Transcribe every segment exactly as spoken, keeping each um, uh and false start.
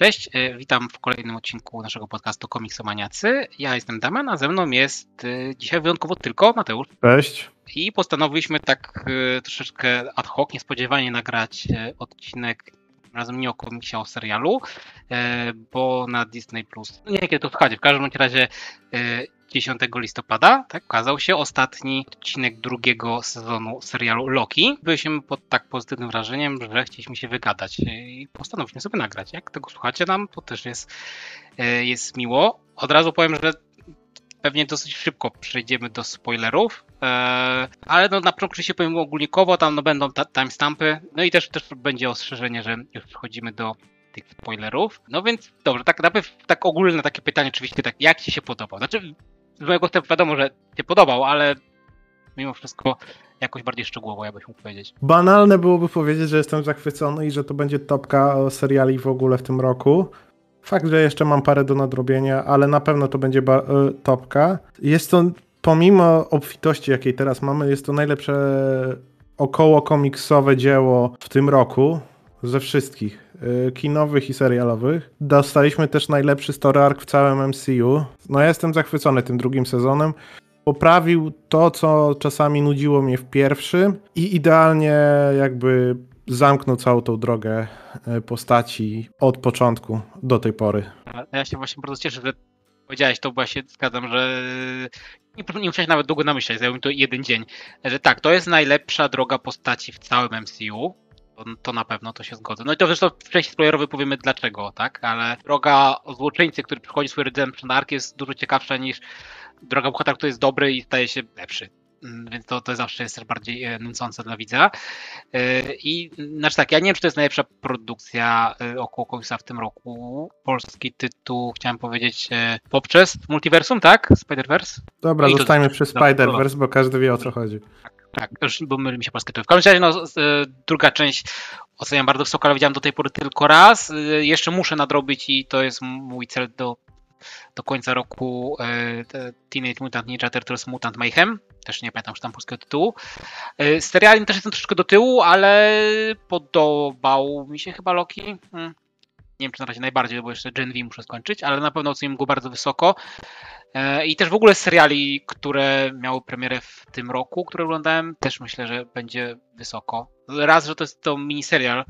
Cześć, e, witam w kolejnym odcinku naszego podcastu Komiksomaniacy. Ja jestem Damian, a ze mną jest e, dzisiaj wyjątkowo tylko Mateusz. Cześć. I postanowiliśmy tak e, troszeczkę ad hoc, niespodziewanie nagrać e, odcinek razem nie o komiksie, a o serialu, e, bo na Disney Plus, nie wiem kiedy to słuchacie, w każdym razie e, dziesiątego listopada tak, ukazał się ostatni odcinek drugiego sezonu serialu Loki. Byliśmy pod tak pozytywnym wrażeniem, że chcieliśmy się wygadać i postanowiliśmy sobie nagrać. Jak tego słuchacie nam, to też jest, jest miło. Od razu powiem, że pewnie dosyć szybko przejdziemy do spoilerów, ale no na początku się powiem ogólnikowo, tam no będą timestampy, no i też, też będzie ostrzeżenie, że już przechodzimy do tych spoilerów. No więc dobrze, tak najpierw tak ogólne takie pytanie oczywiście, tak jak ci się podobał? Znaczy z mojego wstępu wiadomo, że się podobał, ale mimo wszystko jakoś bardziej szczegółowo, ja byś mógł powiedzieć. Banalne byłoby powiedzieć, że jestem zachwycony i że to będzie topka seriali w ogóle w tym roku. Fakt, że jeszcze mam parę do nadrobienia, ale na pewno to będzie ba- topka. Jest to, pomimo obfitości, jakiej teraz mamy, jest to najlepsze około komiksowe dzieło w tym roku ze wszystkich kinowych i serialowych. Dostaliśmy też najlepszy story arc w całym M C U. No ja jestem zachwycony tym drugim sezonem. Poprawił to, co czasami nudziło mnie w pierwszym i idealnie jakby zamknął całą tą drogę postaci od początku do tej pory. Ja się właśnie bardzo cieszę, że powiedziałeś to, bo ja się zgadzam, że nie, nie musiałeś nawet długo namyślać, zajął mi to jeden dzień, że tak, to jest najlepsza droga postaci w całym M C U. To, to na pewno, to się zgodzę. No i to zresztą w części spoilerowej powiemy dlaczego, tak? Ale droga złoczyńcy, który przychodzi swój redemption arc, jest dużo ciekawsza niż droga bohatera, który jest dobry i staje się lepszy. Więc to, to zawsze jest też bardziej nęcące dla widza. I znaczy tak, ja nie wiem, czy to jest najlepsza produkcja około komiksa w tym roku. Polski tytuł, chciałem powiedzieć, poprzez Multiversum, tak? Spider-Verse? Dobra, no zostajmy przy Spider-Verse, bo każdy wie, o co chodzi. Tak, już bo myli mi się polskie tytuły. W każdym razie no, druga część oceniam bardzo wysoko, ale widziałem do tej pory tylko raz. Jeszcze muszę nadrobić i to jest mój cel do, do końca roku. Teenage Mutant Ninja Turtles Mutant Mayhem. Też nie pamiętam, czy tam polskiego tytułu. Z serialem też jestem troszeczkę do tyłu, ale podobał mi się chyba Loki. Hmm. Nie wiem, czy na razie najbardziej, bo jeszcze Gen V muszę skończyć, ale na pewno oceniam go bardzo wysoko. I też w ogóle z seriali, które miały premierę w tym roku, które oglądałem, też myślę, że będzie wysoko. Raz, że to jest to miniserial,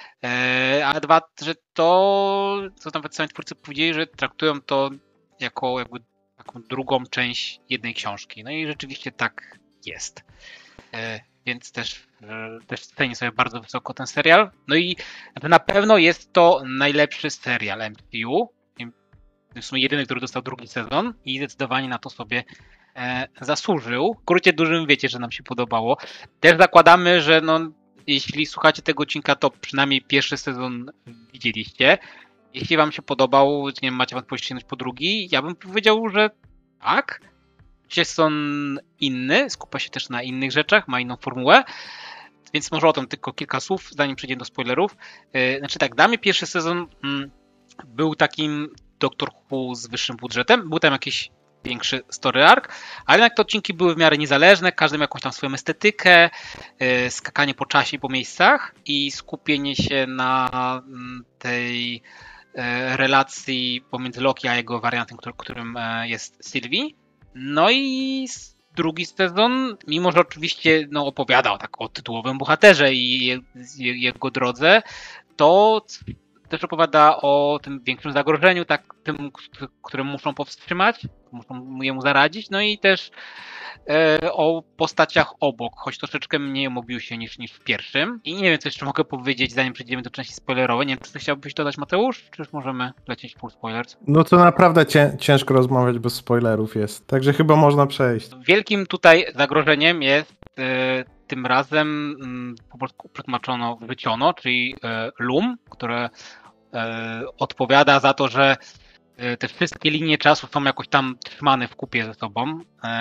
a dwa, że to, co nawet sami twórcy powiedzieli, że traktują to jako jakby taką drugą część jednej książki. No i rzeczywiście tak jest. Więc też, też cenię sobie bardzo wysoko ten serial. No i na pewno jest to najlepszy serial M C U. W sumie jedyny, który dostał drugi sezon i zdecydowanie na to sobie e, zasłużył. W skrócie dużym wiecie, że nam się podobało. Też zakładamy, że no, jeśli słuchacie tego odcinka, to przynajmniej pierwszy sezon widzieliście. Jeśli wam się podobał, nie wiem, macie wątpliwości sięgnąć po drugi, ja bym powiedział, że tak. Jest on inny, skupia się też na innych rzeczach, ma inną formułę. Więc może o tym tylko kilka słów, zanim przejdziemy do spoilerów. E, znaczy tak, dla mnie pierwszy sezon mm, był takim Doktor Who z wyższym budżetem. Był tam jakiś większy story arc, ale jednak te odcinki były w miarę niezależne, każdy miał jakąś tam swoją estetykę, yy, skakanie po czasie i po miejscach i skupienie się na tej yy, relacji pomiędzy Loki a jego wariantem, który, którym yy, jest Sylvie. No i drugi sezon, mimo że oczywiście no, opowiadał tak o tytułowym bohaterze i je, je, jego drodze, to też opowiada o tym większym zagrożeniu, tak, tym, którym muszą powstrzymać, muszą jemu zaradzić, no i też e, o postaciach obok, choć troszeczkę mniej mobił się niż, niż w pierwszym. I nie wiem, co jeszcze mogę powiedzieć, zanim przejdziemy do części spoilerowej. Nie wiem, czy ty chciałbyś dodać, Mateusz, czy już możemy lecieć full spoilers? No to naprawdę cię, ciężko rozmawiać bez spoilerów jest, także chyba można przejść. Wielkim tutaj zagrożeniem jest e, tym razem m, po polsku przetłumaczono wyciono, czyli e, Loom, które odpowiada za to, że te wszystkie linie czasu są jakoś tam trzymane w kupie ze sobą.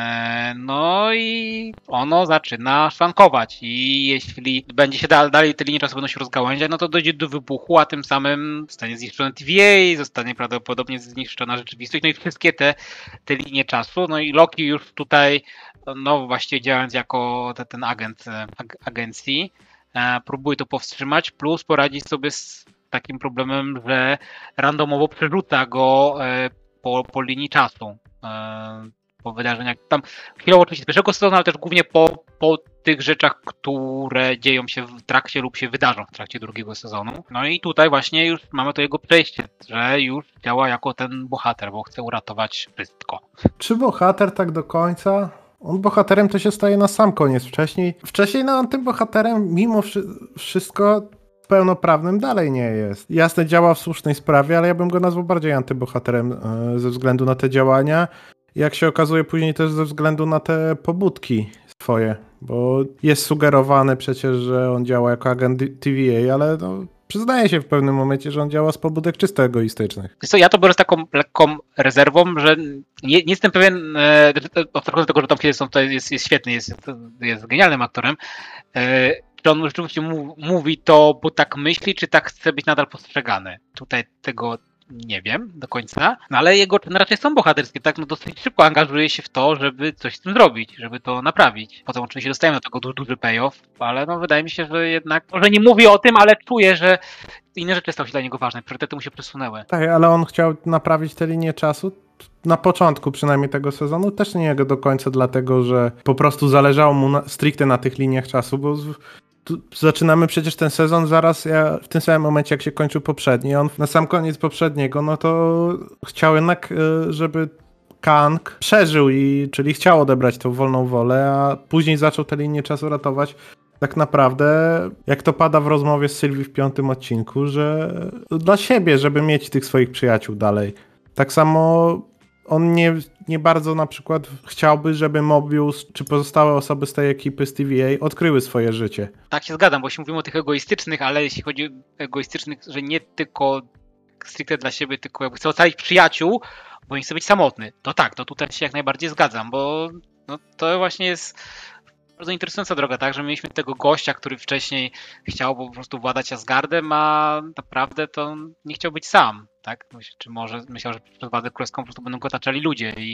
No i ono zaczyna szwankować i jeśli będzie się dalej, dalej te linie czasu będą się rozgałęziać, no to dojdzie do wybuchu, a tym samym zostanie zniszczone T V A, zostanie prawdopodobnie zniszczona rzeczywistość, no i wszystkie te, te linie czasu. No i Loki już tutaj, no właściwie działając jako ten agent ag- agencji, próbuje to powstrzymać, plus poradzić sobie z takim problemem, że randomowo przerzuca go po, po linii czasu. Po wydarzeniach. Tam chwilowo oczywiście z pierwszego sezonu, ale też głównie po, po tych rzeczach, które dzieją się w trakcie lub się wydarzą w trakcie drugiego sezonu. No i tutaj właśnie już mamy to jego przejście, że już działa jako ten bohater, bo chce uratować wszystko. Czy bohater tak do końca? On bohaterem to się staje na sam koniec. Wcześniej, wcześniej no on tym bohaterem mimo wszystko pełnoprawnym dalej nie jest. Jasne, działa w słusznej sprawie, ale ja bym go nazwał bardziej antybohaterem ze względu na te działania. Jak się okazuje później też ze względu na te pobudki swoje, bo jest sugerowane przecież, że on działa jako agent T V A, ale no, przyznaje się w pewnym momencie, że on działa z pobudek czysto egoistycznych. Wiesz co, ja to biorę z taką lekką rezerwą, że nie, nie jestem pewien, e, od tego, że Tom Hiddleston to jest, jest świetny, jest, jest genialnym aktorem, e, czy on rzeczywiście mówi to, bo tak myśli, czy tak chce być nadal postrzegany. Tutaj tego nie wiem do końca, no ale jego czyny raczej są bohaterskie, tak? No dosyć szybko angażuje się w to, żeby coś z tym zrobić, żeby to naprawić. Potem oczywiście dostajemy do tego duży, duży payoff, ale no wydaje mi się, że jednak, może nie mówi o tym, ale czuje, że inne rzeczy stały się dla niego ważne, priorytety mu się przesunęły. Tak, ale on chciał naprawić tę linię czasu na początku przynajmniej tego sezonu, też nie do końca dlatego, że po prostu zależało mu na, stricte na tych liniach czasu, bo tu zaczynamy przecież ten sezon zaraz ja, w tym samym momencie, jak się kończył poprzedni. On na sam koniec poprzedniego, no to chciał jednak, żeby Kang przeżył, i czyli chciał odebrać tą wolną wolę, a później zaczął tę linię czasu ratować. Tak naprawdę, jak to pada w rozmowie z Sylwii w piątym odcinku, że dla siebie, żeby mieć tych swoich przyjaciół dalej. Tak samo on nie, nie bardzo na przykład chciałby, żeby Mobius czy pozostałe osoby z tej ekipy z T V A odkryły swoje życie. Tak się zgadzam, bo jeśli mówimy o tych egoistycznych, ale jeśli chodzi o egoistycznych, że nie tylko stricte dla siebie, tylko jakby chce ocalić przyjaciół, bo nie chce być samotny. To tak, to tutaj się jak najbardziej zgadzam, bo no, to właśnie jest bardzo interesująca droga, tak, że mieliśmy tego gościa, który wcześniej chciał po prostu władać Asgardem, a naprawdę to nie chciał być sam, tak? Czy może myślał, że przez władzę królewską po prostu będą go otaczali ludzie i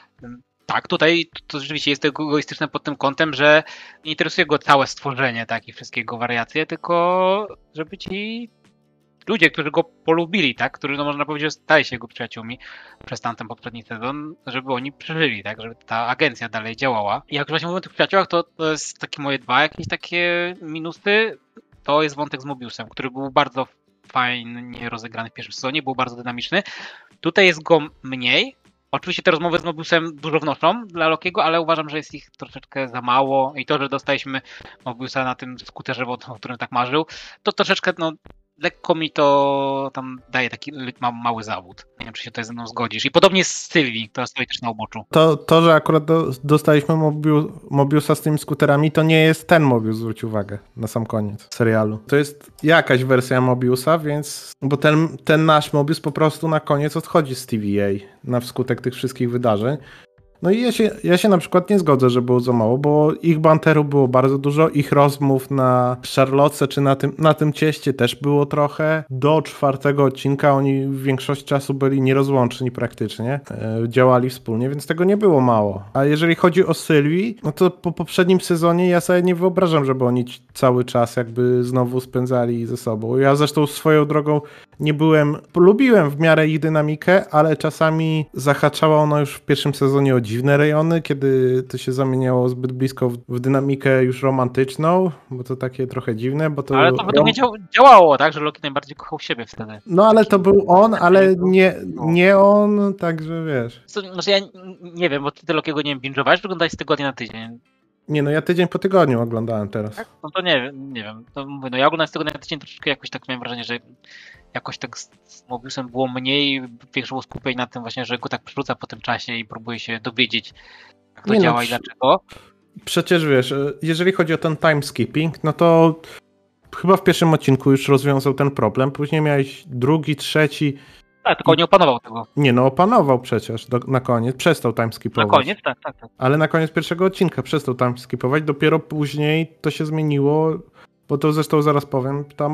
tak, tutaj to rzeczywiście jest egoistyczne pod tym kątem, że nie interesuje go całe stworzenie, tak, i wszystkie jego wariacje, tylko żeby ci ludzie, którzy go polubili, tak, którzy no można powiedzieć, że stali się jego przyjaciółmi przez tamten poprzedni sezon, żeby oni przeżyli, tak, żeby ta agencja dalej działała. I jak właśnie mówimy o tych przyjaciołach, to, to jest takie moje dwa jakieś takie minusy. To jest wątek z Mobiusem, który był bardzo fajnie rozegrany w pierwszym sezonie, był bardzo dynamiczny. Tutaj jest go mniej. Oczywiście te rozmowy z Mobiusem dużo wnoszą dla Lokiego, ale uważam, że jest ich troszeczkę za mało i to, że dostaliśmy Mobiusa na tym skuterze, o którym tak marzył, to troszeczkę no lekko mi to tam daje taki ma, mały zawód. Nie wiem, czy się tutaj ze mną zgodzisz. I podobnie z Sylwii, która stoi też na uboczu. To, to że akurat do, dostaliśmy Mobiu, Mobiusa z tymi skuterami, to nie jest ten Mobius, zwróć uwagę, na sam koniec serialu. To jest jakaś wersja Mobiusa, więc... Bo ten, ten nasz Mobius po prostu na koniec odchodzi z T V A na wskutek tych wszystkich wydarzeń. No i ja się, ja się na przykład nie zgodzę, że było za mało, bo ich banteru było bardzo dużo, ich rozmów na Charlotce czy na tym, na tym cieście też było trochę. Do czwartego odcinka oni w większości czasu byli nierozłączni praktycznie, e, działali wspólnie, więc tego nie było mało. A jeżeli chodzi o Sylwii, no to po poprzednim sezonie ja sobie nie wyobrażam, żeby oni cały czas jakby znowu spędzali ze sobą. Ja zresztą swoją drogą nie byłem, lubiłem w miarę ich dynamikę, ale czasami zahaczało ono już w pierwszym sezonie o dziwne rejony, kiedy to się zamieniało zbyt blisko w, w dynamikę już romantyczną, bo to takie trochę dziwne, bo to... Ale to według mnie działało, tak, że Loki najbardziej kochał siebie wtedy. No ale to był on, ale nie, nie on, także wiesz. Znaczy ja nie wiem, bo ty Lokiego nie wiem, binge'owałeś, czy oglądałeś z tygodnia na tydzień? Nie, no ja tydzień po tygodniu oglądałem teraz. Tak? No to nie wiem, nie wiem. To mówię, no ja oglądałem z tygodnia na tydzień, troszeczkę jakoś tak miałem wrażenie, że jakoś tak z, z Mobiusem było mniej, większe było skupienie na tym właśnie, że go tak przerzuca po tym czasie i próbuje się dowiedzieć, jak to nie działa no, i dlaczego. Przecież wiesz, jeżeli chodzi o ten time skipping, no to chyba w pierwszym odcinku już rozwiązał ten problem, później miałeś drugi, trzeci... Tak, tylko nie opanował tego. Nie, no opanował przecież do, na koniec, przestał time skipować. Na koniec, tak, tak, tak. Ale na koniec pierwszego odcinka przestał time skipować, dopiero później to się zmieniło, bo to zresztą zaraz powiem, tam była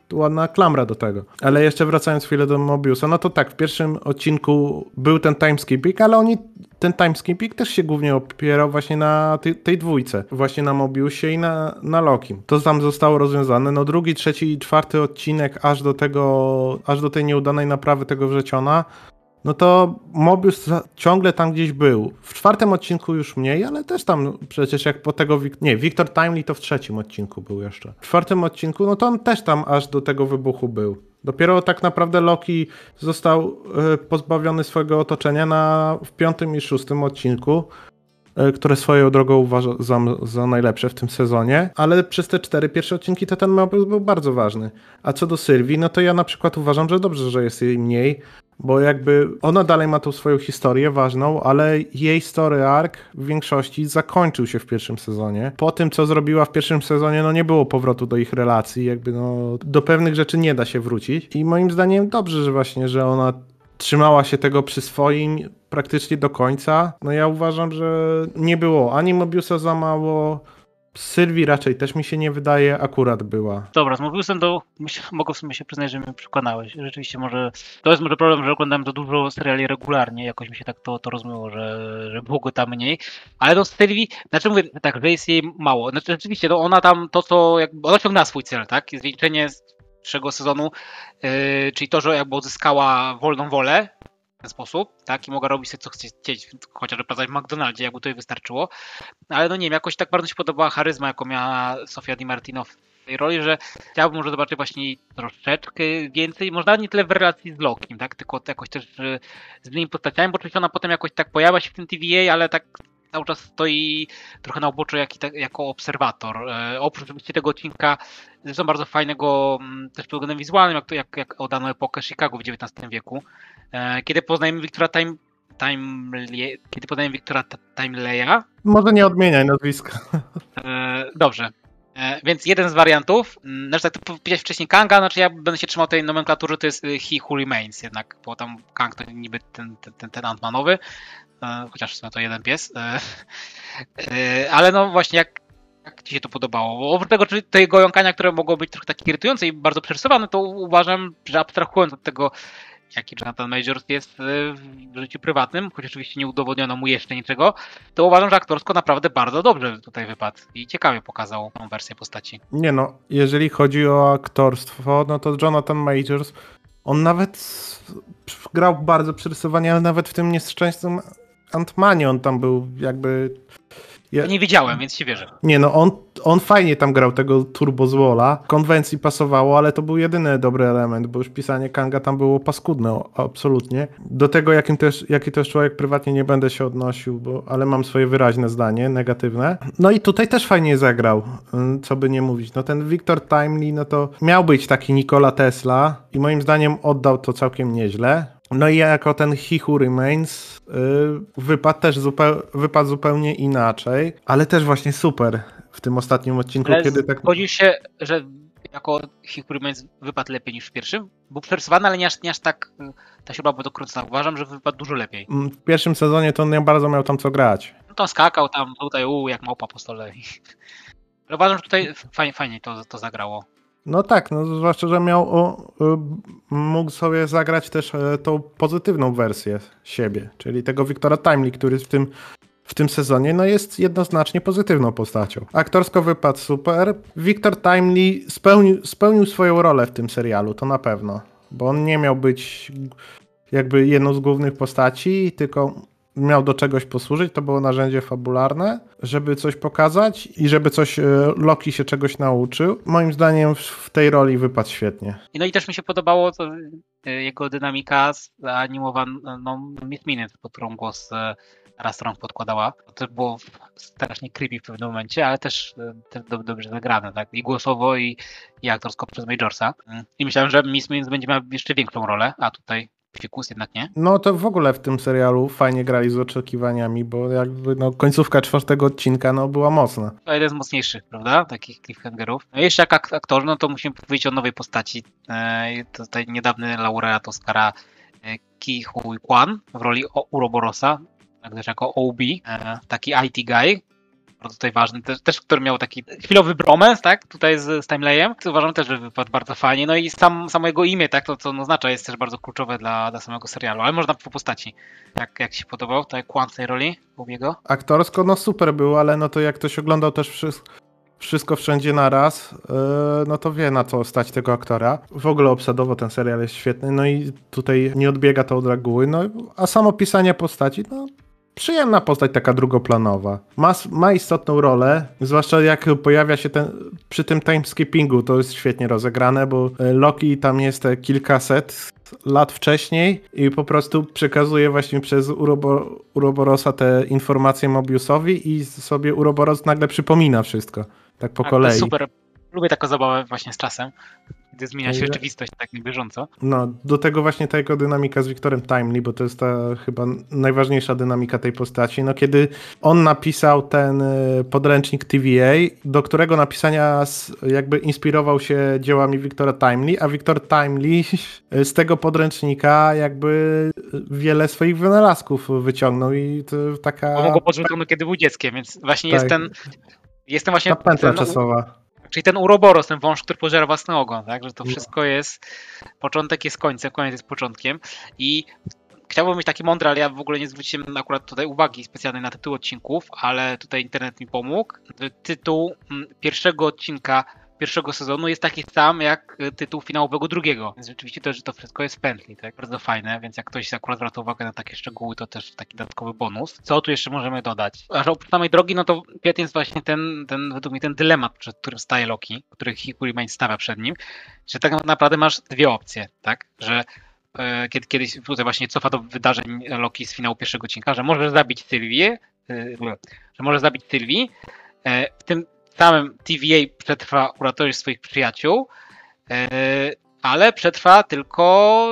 ładna klamra do tego. Ale jeszcze wracając chwilę do Mobiusa, no to tak, w pierwszym odcinku był ten timeskipping, ale oni, ten timeskipping też się głównie opierał właśnie na tej, tej dwójce. Właśnie na Mobiusie i na, na Lokim. To tam zostało rozwiązane. No drugi, trzeci i czwarty odcinek aż do tego, aż do tej nieudanej naprawy tego wrzeciona, no to Mobius ciągle tam gdzieś był. W czwartym odcinku już mniej, ale też tam przecież jak po tego... Nie, Victor Timely to w trzecim odcinku był jeszcze. W czwartym odcinku, no to on też tam aż do tego wybuchu był. Dopiero tak naprawdę Loki został y, pozbawiony swojego otoczenia na, w piątym i szóstym odcinku, y, które swoją drogą uważam za, za najlepsze w tym sezonie, ale przez te cztery pierwsze odcinki to ten Mobius był bardzo ważny. A co do Sylwii, no to ja na przykład uważam, że dobrze, że jest jej mniej, bo jakby ona dalej ma tą swoją historię ważną, ale jej story arc w większości zakończył się w pierwszym sezonie. Po tym, co zrobiła w pierwszym sezonie, no nie było powrotu do ich relacji, jakby no do pewnych rzeczy nie da się wrócić i moim zdaniem dobrze, że właśnie, że ona trzymała się tego przy swoim praktycznie do końca. No ja uważam, że nie było ani Mobiusa za mało, Sylwii raczej też mi się nie wydaje, akurat była. Dobra, z Mobiusem to myśl, mogę w sumie się przyznać, że mnie przekonałeś. Rzeczywiście może, to jest może problem, że oglądałem za dużo seriali regularnie, jakoś mi się tak to, to rozmyło, że, że było go tam mniej. Ale do Sylwii, znaczy mówię tak, że jest jej mało. Znaczy rzeczywiście, no ona tam to, co, jakby, ona osiągnęła swój cel, tak? Zwieńczenie z pierwszego sezonu, yy, czyli to, że jakby uzyskała wolną wolę, w ten sposób, tak, i mogła robić sobie co chcieć, chociażby pracować w McDonaldzie, jakby to jej wystarczyło, ale no nie wiem, jakoś tak bardzo się podobała charyzma, jaką miała Sofia Di Martino w tej roli, że chciałbym może zobaczyć właśnie troszeczkę więcej, może nie tyle w relacji z Lokim, tak, tylko jakoś też z innymi postaciami, bo oczywiście ona potem jakoś tak pojawia się w tym T V A, ale tak cały czas stoi trochę na uboczu jak, jako obserwator. E, oprócz oczywiście tego odcinka, zresztą bardzo fajnego też pod względem wizualnym, jak, to, jak, jak oddano epokę Chicago w dziewiętnastym wieku, e, kiedy poznajemy Wiktora Time, Time, kiedy poznajemy Wiktora Timeleya. Może nie odmieniaj nazwiska. E, dobrze. E, więc jeden z wariantów, znaczy tak to powiedziałeś wcześniej Kanga, znaczy ja będę się trzymał tej nomenklatury, to jest He Who Remains jednak, bo tam Kang to niby ten, ten, ten Ant-Manowy, chociaż w sumie to jeden pies, ale no właśnie jak, jak ci się to podobało? Bo oprócz tego, czyli tego jąkania, które mogło być trochę takie irytujące i bardzo przerysowane, to uważam, że abstrahując od tego, jaki Jonathan Majors jest w życiu prywatnym, choć oczywiście nie udowodniono mu jeszcze niczego, to uważam, że aktorsko naprawdę bardzo dobrze tutaj wypadł i ciekawie pokazał tą wersję postaci. Nie no, jeżeli chodzi o aktorstwo, no to Jonathan Majors, on nawet grał bardzo przerysowanie, ale nawet w tym nieszczęsnym Ant-Manie on tam był jakby... Ja nie wiedziałem, więc się wierzę. Nie no, on, on fajnie tam grał tego Turbo Zwola. Konwencji pasowało, ale to był jedyny dobry element, bo już pisanie Kanga tam było paskudne, absolutnie. Do tego, jakim też, jaki też człowiek prywatnie nie będę się odnosił, bo, ale mam swoje wyraźne zdanie, negatywne. No i tutaj też fajnie zagrał, co by nie mówić. No ten Victor Timely, no to miał być taki Nikola Tesla i moim zdaniem oddał to całkiem nieźle. No i jako ten He Who Remains yy, wypadł też zupeł, wypadł zupełnie inaczej, ale też właśnie super w tym ostatnim odcinku, ale kiedy tak... Zgodzisz się, że jako He Who Remains wypadł lepiej niż w pierwszym? Był przerysowany, ale nie aż, nie aż tak ta śruba była dokręcona. Uważam, że wypadł dużo lepiej. W pierwszym sezonie to on nie bardzo miał tam co grać. No to skakał tam, tutaj u, jak małpa po stole. Ale uważam, że tutaj fajnie, fajnie to, to zagrało. No tak, no zwłaszcza, że miał o, o, mógł sobie zagrać też e, tą pozytywną wersję siebie, czyli tego Victora Timely, który w tym, w tym sezonie no jest jednoznacznie pozytywną postacią. Aktorsko wypadł super. Victor Timely spełnił, spełnił swoją rolę w tym serialu, to na pewno, bo on nie miał być jakby jedną z głównych postaci, tylko miał do czegoś posłużyć, to było narzędzie fabularne, żeby coś pokazać i żeby coś, Loki się czegoś nauczył. Moim zdaniem w tej roli wypadł świetnie. No i też mi się podobało to, jego dynamika z animowaną Miss Minutes, pod którą głos Tara Strong podkładała. To było strasznie creepy w pewnym momencie, ale też, też dobrze zagrane, tak? I głosowo, i, i aktorsko przez Majorsa. I myślałem, że Miss Minutes będzie miała jeszcze większą rolę, a tutaj Fikus jednak nie. No to w ogóle w tym serialu fajnie grali z oczekiwaniami, bo jakby no końcówka czwartego odcinka no była mocna. To jeden z mocniejszych, prawda? Takich cliffhangerów. No jeszcze jak aktor, no to musimy powiedzieć o nowej postaci. E, to tutaj niedawny laureat Oscara e, Ki Hui Kwan w roli Uroborosa, także jako O B, e, taki I T guy, bardzo tutaj ważny, też, też który miał taki chwilowy bromance, tak, tutaj z, z Timelayem, to uważam też, że wypadł bardzo fajnie, no i sam, samo jego imię, tak, to co on oznacza, jest też bardzo kluczowe dla, dla samego serialu, ale można po postaci, jak, jak się podobał, tak, Kwan w tej roli, Bobiego? Aktorsko, no super był, ale no to jak ktoś oglądał też wszystko, wszystko wszędzie naraz, yy, no to wie na co stać tego aktora. W ogóle obsadowo ten serial jest świetny, no i tutaj nie odbiega to od reguły, no a samo pisanie postaci, no przyjemna postać, taka drugoplanowa. Ma, ma istotną rolę, zwłaszcza jak pojawia się ten, przy tym timeskippingu, to jest świetnie rozegrane, bo Loki tam jest kilkaset lat wcześniej i po prostu przekazuje właśnie przez Urobo, Uroborosa te informacje Mobiusowi i sobie Uroboros nagle przypomina wszystko, tak po A, kolei. To jest super. Lubię taką zabawę właśnie z czasem, gdy zmienia się rzeczywistość tak na bieżąco. No, do tego właśnie ta jego dynamika z Wiktorem Timely, bo to jest ta chyba najważniejsza dynamika tej postaci. No, kiedy on napisał ten podręcznik T V A, do którego napisania jakby inspirował się dziełami Wiktora Timely, a Wiktor Timely z tego podręcznika jakby wiele swoich wynalazków wyciągnął i to taka... Pomogło podrzucono, kiedy był dzieckiem, więc właśnie tak. jest ten... Jestem właśnie ta pętla ten, czasowa. Czyli ten Uroboros, ten wąż, który pożera własny ogon, tak? Że to wszystko jest, początek jest końcem, koniec jest początkiem i chciałbym być taki mądry, ale ja w ogóle nie zwróciłem akurat tutaj uwagi specjalnej na tytuł odcinków, ale tutaj internet mi pomógł. Tytuł pierwszego odcinka pierwszego sezonu jest taki sam jak tytuł finałowego drugiego. Więc rzeczywiście to, że to wszystko jest w pętli, tak? Bardzo fajne, więc jak ktoś akurat zwraca uwagę na takie szczegóły, to też taki dodatkowy bonus. Co tu jeszcze możemy dodać? A oprócz samej drogi, no to świetnie jest właśnie ten, ten, według mnie ten dylemat, przed którym staje Loki, który Hikury Main stawia przed nim, że tak naprawdę masz dwie opcje, tak? Że e, kiedy, kiedyś tutaj właśnie cofa do wydarzeń Loki z finału pierwszego odcinka, że możesz zabić Sylwię, e, że możesz zabić Sylwii, e, w tym samym T V A przetrwa uratować swoich przyjaciół, yy, ale przetrwa tylko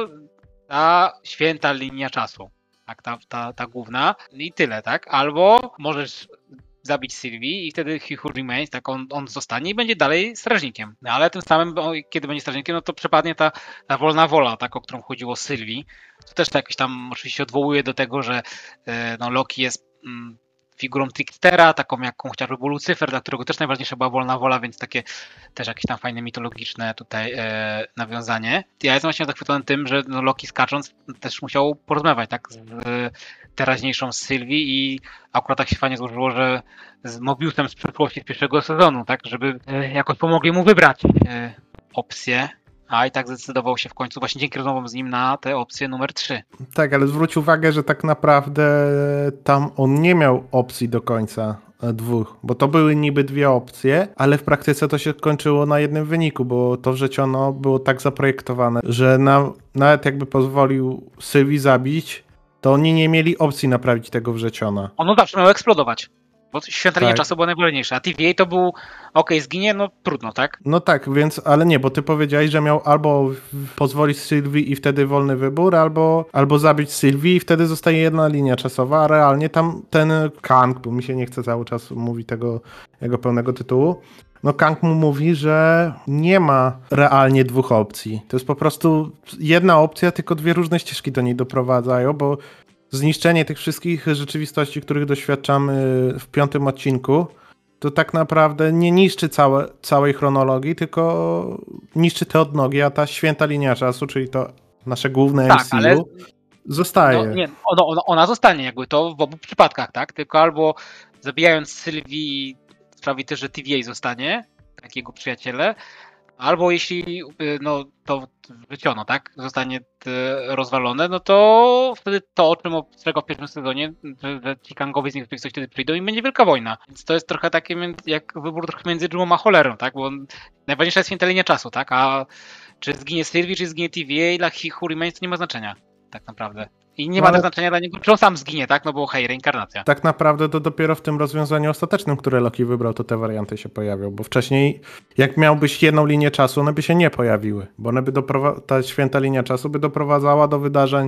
ta święta linia czasu, tak, ta, ta, ta główna i tyle, tak? Albo możesz zabić Sylwii i wtedy He Who Remains, tak, on, on zostanie i będzie dalej strażnikiem. No, ale tym samym, kiedy będzie strażnikiem, no to przepadnie ta, ta wolna wola, tak, o którą chodziło Sylwii. To też to jakoś tam oczywiście odwołuje do tego, że yy, no, Loki jest mm, figurą trickstera, taką jaką chociażby był Lucyfer, dla którego też najważniejsza była wolna wola, więc takie też jakieś tam fajne mitologiczne tutaj e, nawiązanie. Ja jestem właśnie zachwycony tym, że no, Loki skacząc też musiał porozmawiać tak z e, teraźniejszą Sylwii i akurat tak się fajnie złożyło, że z Mobiusem z przyszłości z pierwszego sezonu, tak, żeby e, jakoś pomogli mu wybrać e, opcję. A i tak zdecydował się w końcu właśnie dzięki rozmowom z nim na tę opcję numer trzy. Tak, ale zwróć uwagę, że tak naprawdę tam on nie miał opcji do końca dwóch, bo to były niby dwie opcje, ale w praktyce to się kończyło na jednym wyniku, bo to wrzeciono było tak zaprojektowane, że na, nawet jakby pozwolił Sylwii zabić, to oni nie mieli opcji naprawić tego wrzeciona. Ono zawsze miało eksplodować. Bo święta linia tak. czasu była najważniejsza, a T V A to był, okej, okay, zginie, no trudno, tak? No tak, więc, ale nie, bo ty powiedziałeś, że miał albo pozwolić Sylwii i wtedy wolny wybór, albo, albo zabić Sylwii i wtedy zostaje jedna linia czasowa, a realnie tam ten Kang, bo mi się nie chce cały czas mówić tego jego pełnego tytułu, no Kang mu mówi, że nie ma realnie dwóch opcji. To jest po prostu jedna opcja, tylko dwie różne ścieżki do niej doprowadzają, bo zniszczenie tych wszystkich rzeczywistości, których doświadczamy w piątym odcinku, to tak naprawdę nie niszczy całe, całej chronologii, tylko niszczy te odnogi, a ta święta linia czasu, czyli to nasze główne tak, M C U, ale zostaje. No, nie, ona, ona, ona zostanie jakby to w obu przypadkach, tak? Tylko albo zabijając Sylwii sprawi też, że T V A zostanie, tak jego przyjaciele, albo jeśli no, to wyciono, tak, zostanie rozwalone, no to wtedy to, o czym ostrzegał w pierwszym sezonie, że ci Kangowie z nich coś wtedy przyjdą i będzie wielka wojna. Więc to jest trochę takie jak wybór trochę między dżumą a cholerą, tak, bo najważniejsza jest święta linia czasu, tak, a czy zginie Sylwii, czy zginie T V A, dla He Who Remains to nie ma znaczenia, tak naprawdę. I nie no ma ale... też znaczenia dla niego, czy on sam zginie, tak, no bo hej, reinkarnacja. Tak naprawdę to dopiero w tym rozwiązaniu ostatecznym, które Loki wybrał, to te warianty się pojawią, bo wcześniej jak miałbyś jedną linię czasu, one by się nie pojawiły, bo one by doprowa- ta święta linia czasu by doprowadzała do wydarzeń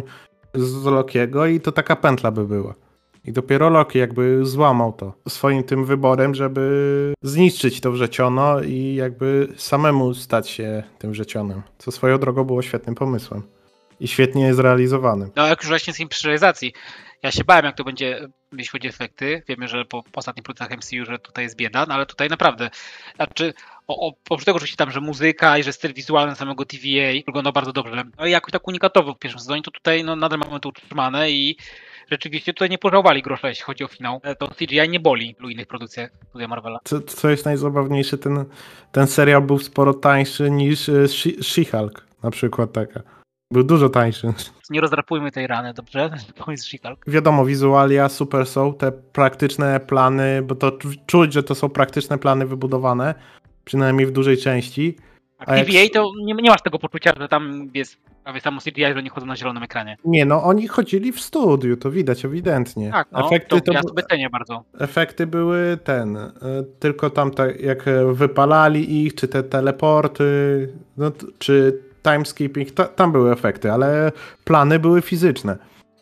z Lokiego i to taka pętla by była. I dopiero Loki jakby złamał to swoim tym wyborem, żeby zniszczyć to wrzeciono i jakby samemu stać się tym wrzecionem, co swoją drogą było świetnym pomysłem. I świetnie zrealizowanym. No jak już właśnie z impresjonizacji. Ja się bałem, jak to będzie, jeśli chodzi o efekty. Wiemy, że po, po ostatnich produkcjach M C U, że tutaj jest bieda, no ale tutaj naprawdę, znaczy, o, o, oprócz tego, że się tam, że muzyka i że styl wizualny samego T V A wyglądał bardzo dobrze, no i jakoś tak unikatowo w pierwszym sezonie, to tutaj no, nadal mamy to utrzymane i rzeczywiście tutaj nie pożałowali grosza, jeśli chodzi o finał. To C G I nie boli w innych produkcjach studia Marvela. Co, co jest najzabawniejsze, ten, ten serial był sporo tańszy niż She-Hulk, na przykład taka. Był dużo tańszy. Nie rozdrapujmy tej rany, dobrze? To jest She-Hulk. Wiadomo, wizualia super są, te praktyczne plany, bo to czuć, że to są praktyczne plany wybudowane, przynajmniej w dużej części. A T V A jak... to nie, nie masz tego poczucia, że tam jest prawie samo C G I, że oni chodzą na zielonym ekranie. Nie, no oni chodzili w studiu, to widać ewidentnie. Tak, no, efekty to, to ja sobie cenię bardzo. Efekty były ten, tylko tam tak jak wypalali ich, czy te teleporty, no, czy timescaping, ta, tam były efekty, ale plany były fizyczne.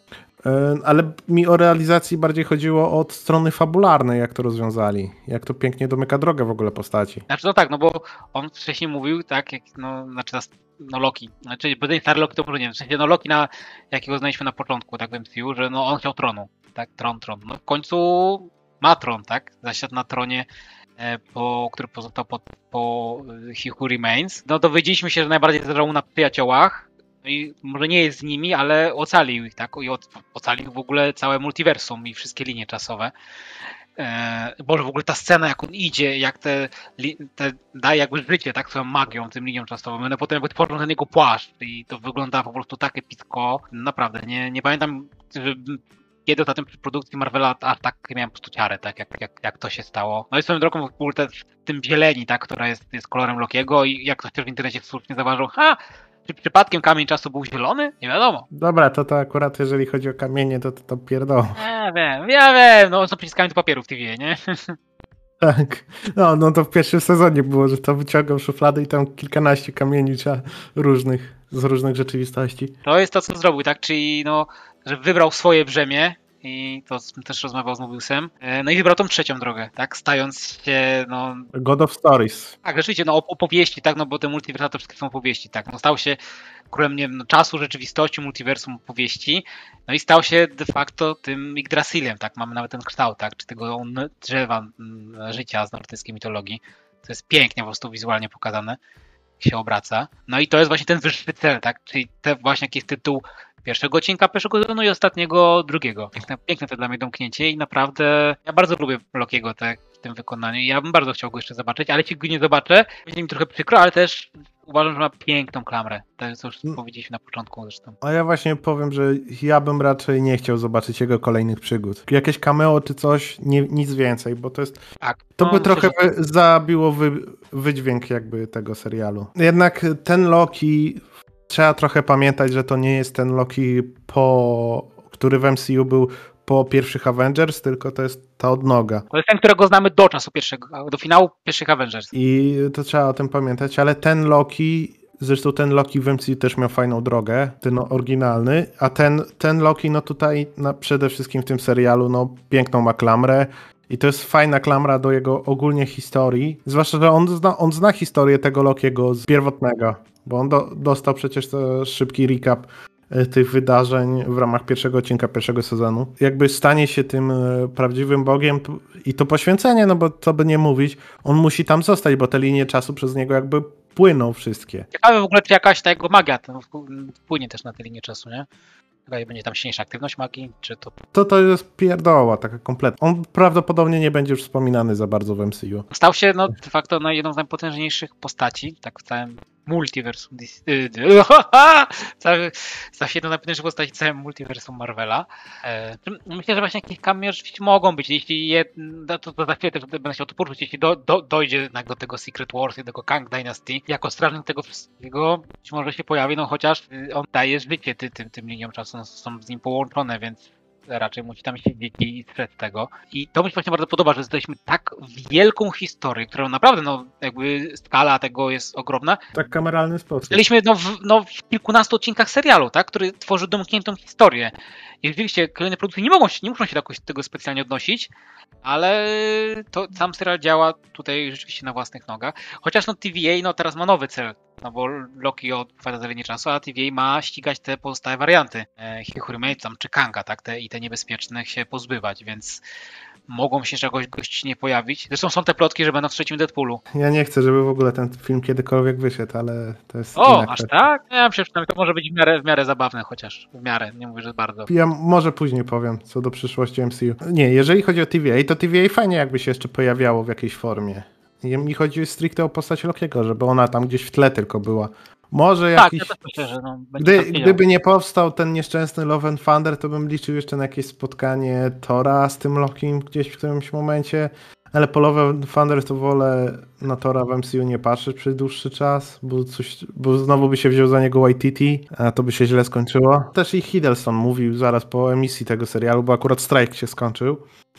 Ale mi o realizacji bardziej chodziło od strony fabularnej, jak to rozwiązali. Jak to pięknie domyka drogę w ogóle postaci. Znaczy no tak, no bo on wcześniej mówił, tak, jak, no, znaczy no Loki, znaczy bo ten stary Loki to może nie wiem, w sensie no Loki, na, jakiego znaliśmy na początku, tak w M C U, że no on chciał tronu, tak, tron, tron. No w końcu ma tron, tak, zasiadł na tronie, e, po, który pozostał po, po He Who Remains. No dowiedzieliśmy się, że najbardziej zależało mu na przyjaciołach, no i może nie jest z nimi, ale ocalił ich, tak? I ocalił w ogóle całe multiversum i wszystkie linie czasowe. Eee, Boże, w ogóle ta scena, jak on idzie, jak te, te daje jakby życie, tak? Swoją magią, tym liniom czasowym. No potem jakby tworzą ten jego płaszcz i to wygląda po prostu tak epicko. Naprawdę, nie, nie pamiętam, że kiedy na tym przy produkcji Marvela aż tak miałem po prostu ciarę, tak? Jak, jak, jak to się stało. No i swoją drogą w ogóle te, w tym zieleni, tak? Która jest, jest kolorem Lokiego i jak ktoś też w internecie słusznie zauważył, ha! Czy przypadkiem kamień czasu był zielony? Nie wiadomo. Dobra, to to akurat jeżeli chodzi o kamienie, to to, to pierdoło. Ja wiem, ja wiem, no są przyciskami do papieru w T V, nie? Tak, no, no to w pierwszym sezonie było, że to wyciągał szuflady i tam kilkanaście kamieni różnych, z różnych rzeczywistości. To jest to, co zrobił, tak? Czyli no, że wybrał swoje brzemię i to też rozmawiał z Mobiusem. No i wybrał tą trzecią drogę, tak? Stając się, no... God of Stories. Tak, rzeczywiście, no opowieści, tak? No bo te multiversa to wszystkie są opowieści, tak? No stał się królem, nie wiem, no, czasu, rzeczywistości, multiversum, opowieści. No i stał się de facto tym Yggdrasilem, tak? Mamy nawet ten kształt, tak? Czy tego drzewa życia z nordyckiej mitologii. To jest pięknie po prostu wizualnie pokazane, jak się obraca. No i to jest właśnie ten wyższy cel, tak? Czyli te właśnie jaki jest tytuł pierwszego odcinka, pierwszego sezonu i ostatniego, drugiego. Piękne, piękne to dla mnie domknięcie i naprawdę ja bardzo lubię Lokiego tak, w tym wykonaniu i ja bym bardzo chciał go jeszcze zobaczyć, ale jeśli go nie zobaczę, będzie mi trochę przykro, ale też uważam, że ma piękną klamrę. To jest, co już hmm. powiedzieliśmy na początku zresztą. A ja właśnie powiem, że ja bym raczej nie chciał zobaczyć jego kolejnych przygód. Jakieś cameo czy coś, nie, nic więcej, bo to jest... Tak. To no, by trochę że... zabiło wy, wydźwięk jakby tego serialu. Jednak ten Loki... Trzeba trochę pamiętać, że to nie jest ten Loki, po, który w M C U był po pierwszych Avengers, tylko to jest ta odnoga. To jest ten, którego znamy do czasu pierwszego, do finału pierwszych Avengers. I to trzeba o tym pamiętać, ale ten Loki, zresztą ten Loki w M C U też miał fajną drogę, ten oryginalny, a ten, ten Loki, no tutaj na, przede wszystkim w tym serialu, no piękną ma klamrę. I to jest fajna klamra do jego ogólnie historii, zwłaszcza, że on zna, on zna historię tego Lokiego z pierwotnego, bo on do, dostał przecież to szybki recap tych wydarzeń w ramach pierwszego odcinka pierwszego sezonu. Jakby stanie się tym prawdziwym Bogiem i to poświęcenie, no bo co by nie mówić, on musi tam zostać, bo te linie czasu przez niego jakby płyną wszystkie. Ciekawe w ogóle, czy jakaś ta jego magia wpłynie też na te linie czasu, nie? Chyba będzie tam silniejsza aktywność magii, czy to... To to jest pierdoła taka kompletna. On prawdopodobnie nie będzie już wspominany za bardzo w M C U. Stał się no de facto no, jedną z najpotężniejszych postaci, tak w całym multiversum. Stał się jedną z najpotężniejszych postaci w całym multiversum Marvela. Myślę, że właśnie jakieś cameo rzeczywiście mogą być. Jeśli je, to, to za chwilę też będę się o to poruszyć, jeśli do, do, dojdzie jednak do tego Secret Wars i do tego Kang Dynasty, jako strażnik tego wszystkiego być może się pojawi, no chociaż on daje życie ty, tym, tym liniom czasu, no, są z nim połączone, więc raczej musi tam siedzieć i strzec tego. I to mi się właśnie bardzo podoba, że zdaliśmy tak wielką historię, którą naprawdę, no jakby skala tego jest ogromna. Tak kameralny sposób. Zdaliśmy no, w, no, w kilkunastu odcinkach serialu, tak, który tworzy domkniętą historię. I rzeczywiście kolejne produkcje nie mogą się, nie muszą się jakoś do tego specjalnie odnosić, ale to sam serial działa tutaj rzeczywiście na własnych nogach. Chociaż no T V A no teraz ma nowy cel. no bo Loki odpowiada za linię czasu, a T V A ma ścigać te pozostałe warianty e, Hihurime tam czy Kanga, tak, te, i te niebezpiecznych się pozbywać, więc mogą się czegoś gości nie pojawić. Zresztą są te plotki, że będą w trzecim Deadpoolu. Ja nie chcę, żeby w ogóle ten film kiedykolwiek wyszedł, ale to jest... O, aż tak? Ja myślę, że to może być w miarę, w miarę zabawne chociaż. W miarę, nie mówię, że bardzo. Ja może później powiem, co do przyszłości M C U. Nie, jeżeli chodzi o T V A, to T V A fajnie jakby się jeszcze pojawiało w jakiejś formie. Mi chodzi stricte o postać Lokiego, żeby ona tam gdzieś w tle tylko była. Może tak, jakiś... ja też myślę, że no, Gdy, gdyby nie powstał ten nieszczęsny Love and Thunder, to bym liczył jeszcze na jakieś spotkanie Tora z tym Lokim gdzieś w którymś momencie, ale po Love and Thunder to wolę na Tora w M C U nie patrzeć przez dłuższy czas, bo, coś, bo znowu by się wziął za niego Waititi, a to by się źle skończyło. Też i Hiddleston mówił zaraz po emisji tego serialu, bo akurat strajk się skończył,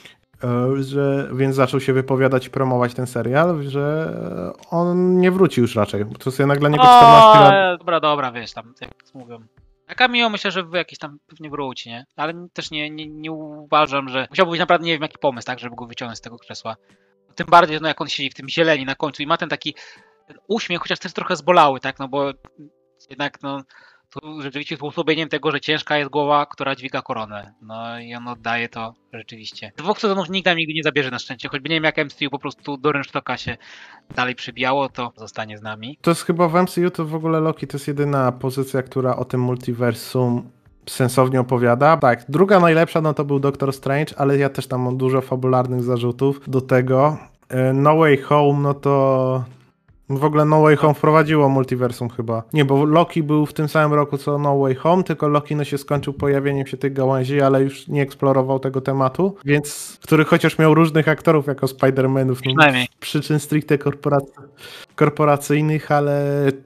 że, więc zaczął się wypowiadać i promować ten serial, że on nie wróci już raczej, bo to jest jednak dla niego czternaście lat. Dobra, dobra, wiesz, tam jak mówią. A Cameo myślę, że jakiś tam pewnie wróci, nie? Ale też nie, nie, nie uważam, że musiałby być naprawdę nie wiem jaki pomysł, tak, żeby go wyciągnąć z tego krzesła. Tym bardziej, no jak on siedzi w tym zieleni na końcu i ma ten taki ten uśmiech, chociaż to jest trochę zbolały, tak, no bo jednak no to rzeczywiście jest uosłabieniem tego, że ciężka jest głowa, która dźwiga koronę. No i on oddaje to rzeczywiście. Dwóch sezonów nikt nam nigdy nie zabierze na szczęście, choćby nie wiem jak M C U po prostu do rynsztoka się dalej przybijało, to zostanie z nami. To jest chyba w M C U to w ogóle Loki to jest jedyna pozycja, która o tym multiversum sensownie opowiada. Tak, druga najlepsza no to był Doctor Strange, ale ja też tam mam dużo fabularnych zarzutów do tego. No Way Home, no to... W ogóle No Way Home wprowadziło multiversum chyba. Nie, bo Loki był w tym samym roku co No Way Home, tylko Loki no się skończył pojawieniem się tych gałęzi, ale już nie eksplorował tego tematu, więc który chociaż miał różnych aktorów jako Spider-Manów, no, z przyczyn stricte korporacy, korporacyjnych, ale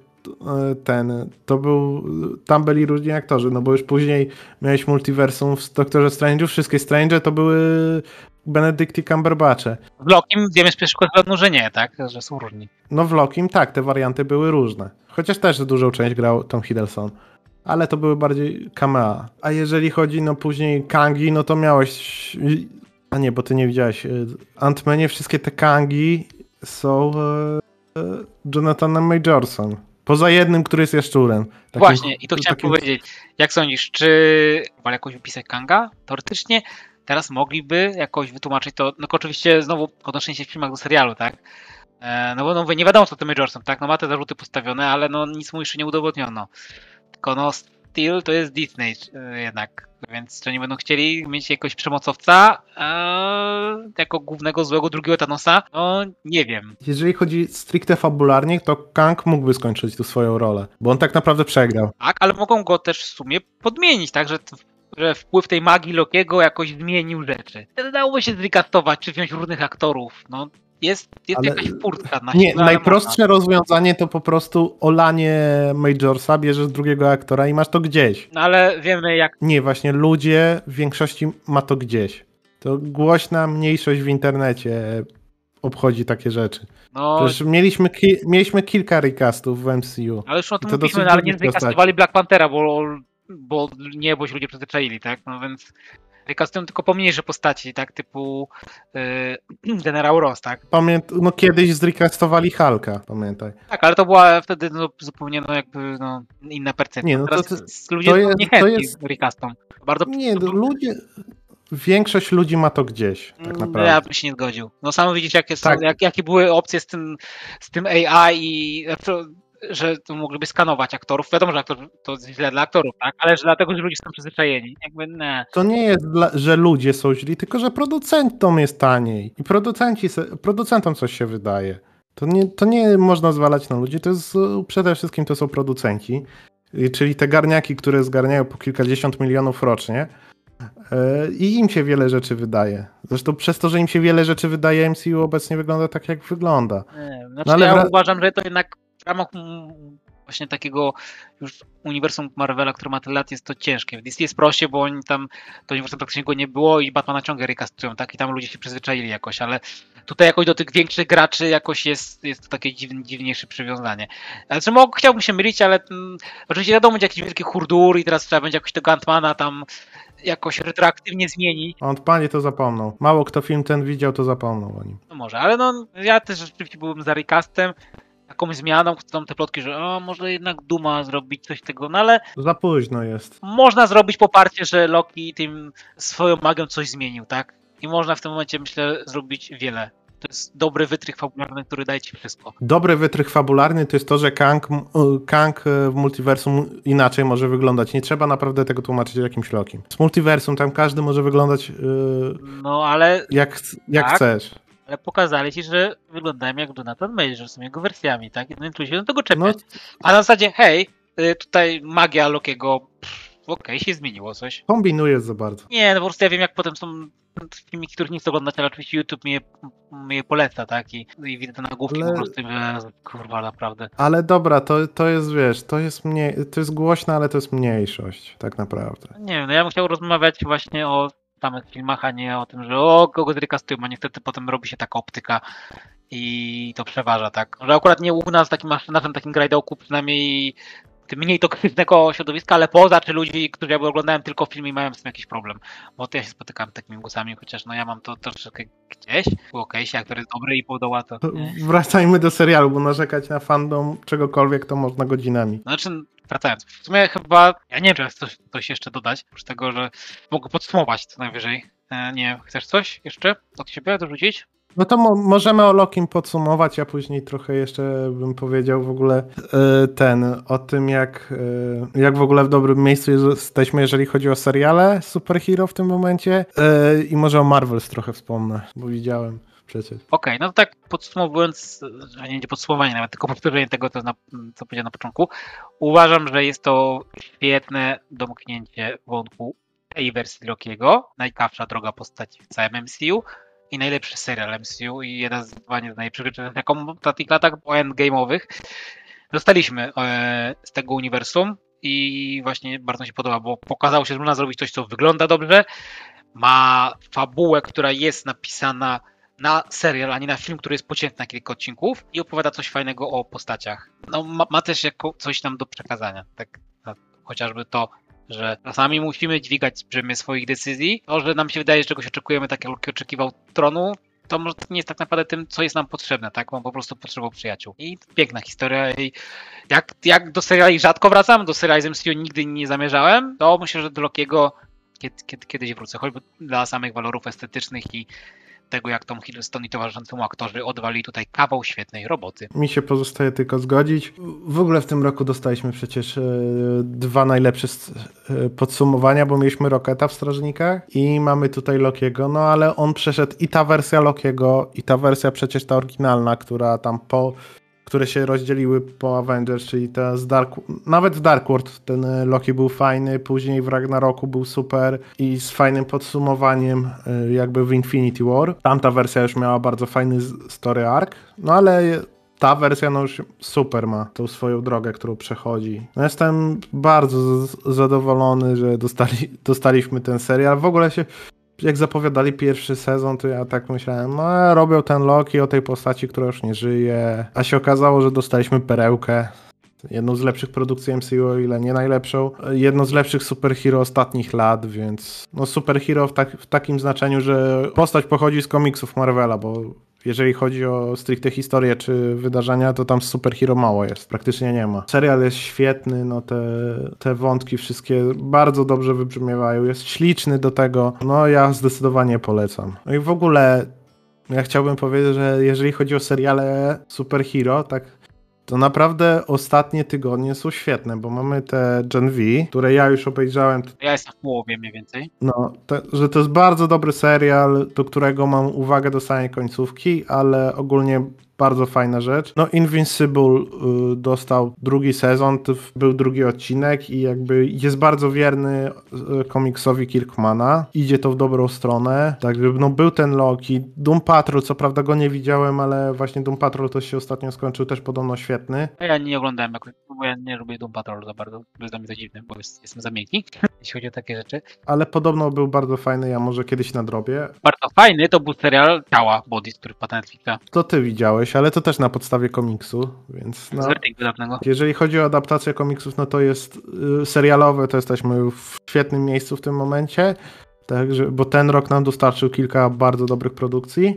ten, to był, tam byli różni aktorzy, no bo już później miałeś multiversum w Doktorze Strange'u, wszystkie Strange to były Benedicti Cumberbatche. W Lokim wiemy z pierwszego sezonu, że nie, tak? Że są różni. No w Lokim tak, te warianty były różne. Chociaż też dużą część grał Tom Hiddleston. Ale to były bardziej camea. A jeżeli chodzi no później Kangi, no to miałeś... A nie, bo ty nie widziałeś. Ant-Manie wszystkie te Kangi są e, e, Jonathanem Majorsem. Poza jednym, który jest jaszczurem. Takim, Właśnie, i to chciałem takim... powiedzieć. Jak sądzisz, czy wali jakoś wypisać Kanga? Teoretycznie teraz mogliby jakoś wytłumaczyć to, no oczywiście znowu odnoszenie się w filmach do serialu, tak? E, no bo no, nie wiadomo co to Majorsem, tak? No ma te zarzuty postawione, ale no nic mu jeszcze nie udowodniono. Tylko no Steel to jest Disney e, jednak, więc czy oni będą chcieli mieć jakiegoś przemocowca e, jako głównego złego drugiego Thanosa? No nie wiem. Jeżeli chodzi stricte fabularnie, to Kang mógłby skończyć tu swoją rolę, bo on tak naprawdę przegrał. Tak, ale mogą go też w sumie podmienić, tak? Że że wpływ tej magii Lokiego jakoś zmienił rzeczy. Dałoby się zrecastować, czy wziąć różnych aktorów. No, jest jest ale... jakaś furtka na Nie, siłę, najprostsze można. rozwiązanie to po prostu olanie Majorsa, bierzesz drugiego aktora i masz to gdzieś. No ale wiemy jak... Nie, właśnie ludzie w większości ma to gdzieś. To głośna mniejszość w internecie obchodzi takie rzeczy. No, przecież mieliśmy, ki- mieliśmy kilka recastów w M C U. ale już o tym to mówiliśmy, no, ale nie zrecastowali Black Panthera, bo, bo nie, bo się ludzie przyzwyczaili, tak? No więc recastują tylko pomniejsze postaci, tak? Typu yy, Generał Ross, tak? Pamięt- no kiedyś zrecastowali Hulka, pamiętaj. Tak, ale to była wtedy no, zupełnie no, jakby no, inna percepcja. Nie, no Teraz to, to, ludzie to są jest, niechętni to jest... recastom. Bardzo... Nie, no, ludzie... Większość ludzi ma to gdzieś, tak naprawdę. Ja bym się nie zgodził. No samo widzisz, jakie, są, tak. jak, jakie były opcje z tym, z tym A I i że to mogliby skanować aktorów. Wiadomo, że aktor, to jest źle dla aktorów, tak? Ale że dlatego, że ludzie są przyzwyczajeni. Jakby nie. To nie jest, dla, że ludzie są źli, tylko że producentom jest taniej. I producenci, producentom coś się wydaje. To nie, to nie można zwalać na ludzi, to jest przede wszystkim to są producenci. Czyli te garniaki, które zgarniają po kilkadziesiąt milionów rocznie. I im się wiele rzeczy wydaje. Zresztą przez to, że im się wiele rzeczy wydaje, M C U obecnie wygląda tak, jak wygląda. Nie, znaczy no, ale ja wra- uważam, że to jednak w ramach właśnie takiego już uniwersum Marvela, który ma tyle lat, jest to ciężkie. W D C jest prościej, bo oni tam, to uniwersum praktycznie go nie było i Batmana ciągle recastują, tak? I tam ludzie się przyzwyczaili jakoś, ale tutaj jakoś do tych większych graczy jakoś jest, jest to takie dziwne, dziwniejsze przywiązanie. Znaczy, mógł, chciałbym się mylić, ale mm, oczywiście wiadomo, będzie jakiś wielki hurdur i teraz trzeba będzie jakoś tego Ant-Mana tam jakoś retroaktywnie zmienić. On panie to zapomną. Mało kto film ten widział, to zapomną o nim. No może, ale no ja też rzeczywiście byłem za recastem. taką zmianą, są te plotki, że o, może jednak Duma zrobić coś tego, no ale Za późno jest. można zrobić poparcie, że Loki tym swoją magią coś zmienił, tak? I można w tym momencie, myślę, zrobić wiele. To jest dobry wytrych fabularny, który daje ci wszystko. Dobry wytrych fabularny to jest to, że Kang, Kang w multiversum inaczej może wyglądać. Nie trzeba naprawdę tego tłumaczyć jakimś Lokim. Z multiversum tam każdy może wyglądać yy, no, ale, jak, jak tak, chcesz. Ale pokazali ci, że wyglądają jak Jonathan Major, że są jego wersjami, tak? I no, tu się do tego czepiać. No, a na zasadzie, hej, tutaj magia Lokiego, okej, okay, się zmieniło coś. Kombinuje za bardzo. Nie, no po prostu ja wiem, jak potem są filmiki, których nie chcę oglądać, ale oczywiście YouTube mnie, mnie poleca, tak? I, i widzę te nagłówki ale... po prostu, że kurwa, naprawdę. Ale dobra, to, to jest, wiesz, to jest mniej, to jest głośne, ale to jest mniejszość, tak naprawdę. Nie wiem, no ja bym chciał rozmawiać właśnie o samych filmach, a nie o tym, że o, kogo zrecastują, a niestety potem robi się taka optyka i to przeważa, tak? Że akurat nie u nas takim, na tym takim grajdołku przynajmniej tym mniej toksycznego środowiska, ale poza, czy ludzi, którzy jakby oglądałem tylko film i mają z tym jakiś problem. Bo to ja się spotykam z takimi głosami, chociaż no ja mam to troszeczkę gdzieś w okejsie, który jest dobry i podoła to... to wracajmy do serialu, bo narzekać na fandom czegokolwiek to można godzinami. Znaczy, wracając, w sumie chyba, ja nie wiem, czy jest coś, coś jeszcze dodać, oprócz tego, że mogę podsumować co najwyżej. E, nie, chcesz coś jeszcze od siebie dorzucić? No to mo- możemy o Lokim podsumować, a później trochę jeszcze bym powiedział w ogóle yy, ten, o tym jak, yy, jak w ogóle w dobrym miejscu jesteśmy, jeżeli chodzi o seriale superhero w tym momencie yy, i może o Marvels trochę wspomnę, bo widziałem przecież. Okej, okay, no to tak podsumowując, a nie podsumowanie nawet, tylko powtórzenie tego, co, na, co powiedziałem na początku, uważam, że jest to świetne domknięcie wątku tej wersji Lokiego, najciekawsza droga postaci w całym M C U, i najlepszy serial M C U i jeden z zdecydowanie z najlepszych rzeczy, jaką w takich latach endgame'owych dostaliśmy e, z tego uniwersum i właśnie bardzo mi się podoba, bo pokazało się, że można zrobić coś, co wygląda dobrze, ma fabułę, która jest napisana na serial, a nie na film, który jest pocięty na kilka odcinków i opowiada coś fajnego o postaciach. No ma, ma też jako coś nam do przekazania, tak, tak chociażby to, że czasami musimy dźwigać brzemię swoich decyzji. To, że nam się wydaje, że czegoś oczekujemy, tak jak Loki oczekiwał tronu, to może nie jest tak naprawdę tym, co jest nam potrzebne, tak? On po prostu potrzebował przyjaciół. I piękna historia. I jak, jak do seriali rzadko wracam, do seriali z M C U nigdy nie zamierzałem, to myślę, że do Lokiego kiedy, kiedy, kiedyś wrócę, choćby dla samych walorów estetycznych i tego, jak Tom Hiddleston i towarzyszący mu aktorzy odwali tutaj kawał świetnej roboty. Mi się pozostaje tylko zgodzić. W ogóle w tym roku dostaliśmy przecież e, dwa najlepsze e, podsumowania, bo mieliśmy Rocketa w Strażnikach i mamy tutaj Lokiego, no ale on przeszedł i ta wersja Lokiego, i ta wersja przecież ta oryginalna, która tam po które się rozdzieliły po Avengers, czyli ta z Dark... Nawet w Dark World ten Loki był fajny, później w Ragnaroku był super i z fajnym podsumowaniem jakby w Infinity War. Tamta wersja już miała bardzo fajny story arc, no ale ta wersja no już super ma tą swoją drogę, którą przechodzi. No jestem bardzo z- zadowolony, że dostali, dostaliśmy ten serial. W ogóle się jak zapowiadali pierwszy sezon, to ja tak myślałem, no robią ten Loki o tej postaci, która już nie żyje, a się okazało, że dostaliśmy perełkę. Jedną z lepszych produkcji M C U, o ile nie najlepszą. Jedno z lepszych superhero ostatnich lat, więc no superhero w, tak, w takim znaczeniu, że postać pochodzi z komiksów Marvela, bo jeżeli chodzi o stricte historię czy wydarzenia, to tam superhero mało jest. Praktycznie nie ma. Serial jest świetny, no te, te wątki wszystkie bardzo dobrze wybrzmiewają. Jest śliczny do tego. No ja zdecydowanie polecam. No i w ogóle ja chciałbym powiedzieć, że jeżeli chodzi o seriale superhero, tak to naprawdę ostatnie tygodnie są świetne, bo mamy te Gen V, które ja już obejrzałem. Ja jestem w połowie mniej więcej. No, te, że to jest bardzo dobry serial, do którego mam uwagę do samej końcówki, ale ogólnie bardzo fajna rzecz. No Invincible y, dostał drugi sezon, to był drugi odcinek i jakby jest bardzo wierny y, komiksowi Kirkmana. Idzie to w dobrą stronę. Także no był ten Loki. Doom Patrol, co prawda go nie widziałem, ale właśnie Doom Patrol to się ostatnio skończył, też podobno świetny. Ja nie oglądałem jakoś, bo ja nie lubię Doom Patrol za bardzo. To jest dla mnie to dziwne, bo jest, jestem za miękki, jeśli chodzi o takie rzeczy. Ale podobno był bardzo fajny, ja może kiedyś nadrobię. Bardzo fajny to był serial Ciała Bodies, który wpadł na Netflixa. To ty widziałeś, ale to też na podstawie komiksu, więc no, jeżeli chodzi o adaptację komiksów, no to jest y, serialowe, to jesteśmy w świetnym miejscu w tym momencie, także, bo ten rok nam dostarczył kilka bardzo dobrych produkcji.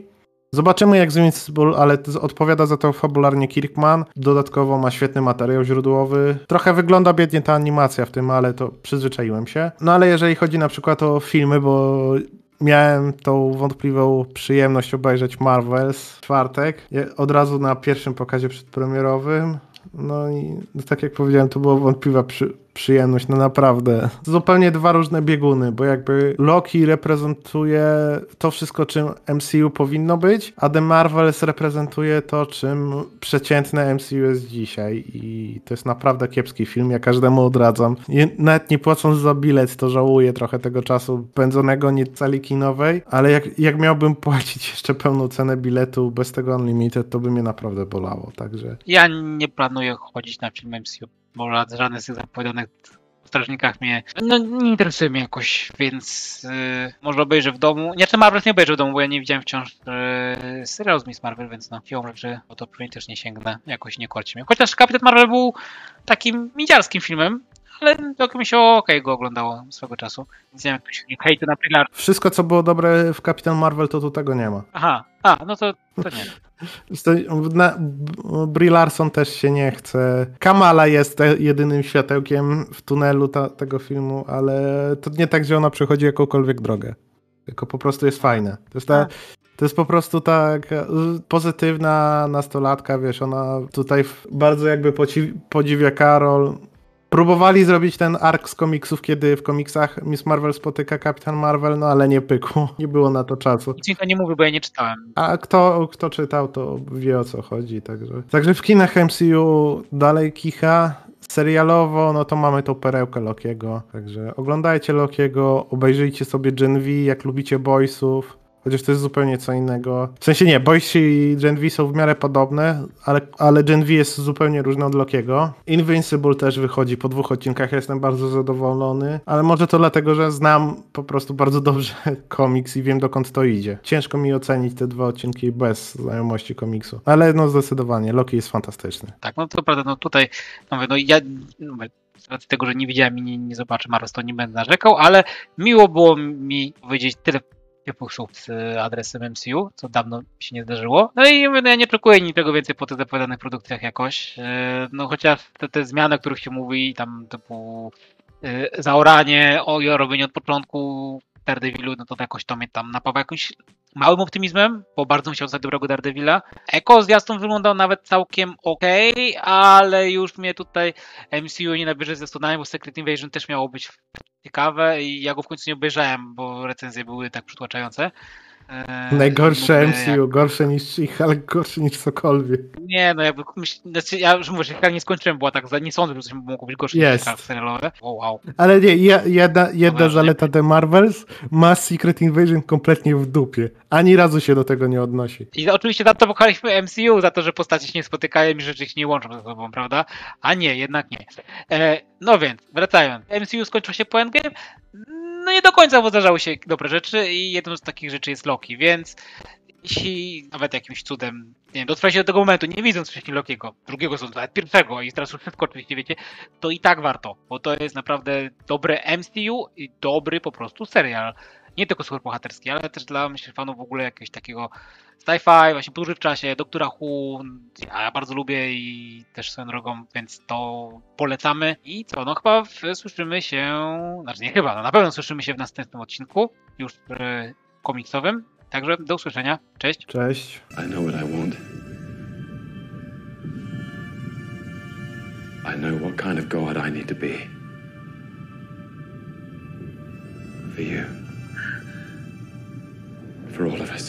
Zobaczymy jak z Invincible, ale odpowiada za to fabularnie Kirkman. Dodatkowo ma świetny materiał źródłowy. Trochę wygląda biednie ta animacja w tym, ale to przyzwyczaiłem się. No ale jeżeli chodzi na przykład o filmy, bo miałem tą wątpliwą przyjemność obejrzeć Marvels w czwartek. Od razu na pierwszym pokazie przedpremierowym. No i tak jak powiedziałem, to była wątpliwa przy, przyjemność, no naprawdę. Zupełnie dwa różne bieguny, bo jakby Loki reprezentuje to wszystko, czym M C U powinno być, a The Marvels reprezentuje to, czym przeciętne M C U jest dzisiaj i to jest naprawdę kiepski film, ja każdemu odradzam. I nawet nie płacąc za bilet, to żałuję trochę tego czasu pędzonego nie sali kinowej, ale jak, jak miałbym płacić jeszcze pełną cenę biletu bez tego Unlimited, to by mnie naprawdę bolało, także... Ja nie planuję chodzić na film M C U, bo żadne z tych zapowiadanych strażnikach mnie no, nie interesuje mnie jakoś, więc yy, może obejrzę w domu. Nie, ten Marvel nie obejrzę w domu, bo ja nie widziałem wciąż yy, serialu z Miss Marvel, więc no siłą rzeczy o to przynajmniej też nie sięgnę, jakoś nie korci mnie. Chociaż Kapitan Marvel był takim miniarskim filmem, ale to mi się okej okay go oglądało swego czasu. Więc nie wiem, jak tu hejty na Brie Larson. Wszystko, co było dobre w Kapitan Marvel, to tu tego nie ma. Aha, a, no to, to nie. Na, Brie Larson też się nie chce. Kamala jest jedynym światełkiem w tunelu ta, tego filmu, ale to nie tak, że ona przechodzi jakąkolwiek drogę. Tylko po prostu jest fajne. To jest, ta, to jest po prostu tak pozytywna nastolatka, wiesz, ona tutaj bardzo jakby podziwia Karol. Próbowali zrobić ten ark z komiksów, kiedy w komiksach Miss Marvel spotyka Kapitan Marvel, no ale nie pykło. Nie było na to czasu. Nic mi to nie mówi, bo ja nie czytałem. A kto, kto czytał, to wie o co chodzi. Także, także w kinach M C U dalej kicha. Serialowo, no to mamy tą perełkę Lokiego. Także oglądajcie Lokiego, obejrzyjcie sobie Gen V, jak lubicie Boysów. Chociaż to jest zupełnie co innego. W sensie nie, Boys i Gen V są w miarę podobne, ale, ale Gen V jest zupełnie różny od Lokiego. Invincible też wychodzi po dwóch odcinkach, ja jestem bardzo zadowolony, ale może to dlatego, że znam po prostu bardzo dobrze komiks i wiem dokąd to idzie. Ciężko mi ocenić te dwa odcinki bez znajomości komiksu, ale no zdecydowanie, Loki jest fantastyczny. Tak, no to prawda, no tutaj, no, no ja... No, z racji tego, że nie widziałem i nie, nie zobaczę Marvel, to nie będę narzekał, ale miło było mi powiedzieć tyle ciepłych słów z adresem M C U, co dawno się nie zdarzyło. No i no, ja nie oczekuję niczego więcej po tych zapowiadanych produkcjach jakoś. No chociaż te, te zmiany, o których się mówi, tam typu yy, zaoranie, o i robienie od początku Daredevilu, no to jakoś to mnie tam napawa jakimś małym optymizmem, bo bardzo chciał zostać dobrego Daredevila. Echo zwiastun wyglądał nawet całkiem okej, okay, ale już mnie tutaj M C U nie nabierze zwiastunami, bo Secret Invasion też miało być ciekawe i ja go w końcu nie obejrzałem, bo recenzje były tak przytłaczające. Eee, Najgorsze M C U, jak... gorsze niż She-Hulk, gorsze niż cokolwiek. Nie, no jakby, myśl... znaczy, ja już mówię, że She-Hulk nie skończyłem, była tak, nie sądzę, że coś mogło być gorsze niż She-Hulk serialowe. Oh, wow. Ale nie, jedna, jedna zaleta The Marvels ma Secret Invasion kompletnie w dupie. Ani razu się do tego nie odnosi. I oczywiście za to pochwaliliśmy M C U, za to, że postacie się nie spotykają i rzeczy się nie łączą ze sobą, prawda? A nie, jednak nie. E, no więc, wracając. M C U skończyło się po Endgame. No nie do końca zdarzały się dobre rzeczy i jedną z takich rzeczy jest Loki, więc jeśli nawet jakimś cudem, nie wiem, dotrwa się do tego momentu, nie widząc wcześniej Lokiego, drugiego sezonu, nawet pierwszego i teraz już wszystko oczywiście wiecie, to i tak warto, bo to jest naprawdę dobre M C U i dobry po prostu serial. Nie tylko superbohaterski, ale też dla, myślę, fanów w ogóle jakiegoś takiego sci-fi, właśnie podróży w czasie, Doktora Who, ja bardzo lubię i też swoją drogą, więc to polecamy. I co, no chyba słyszymy się, znaczy nie chyba, no na pewno słyszymy się w następnym odcinku, już yy, komiksowym. Także do usłyszenia. Cześć. Cześć. I know what I want. I know what kind of God I need to be. For you. For all of us.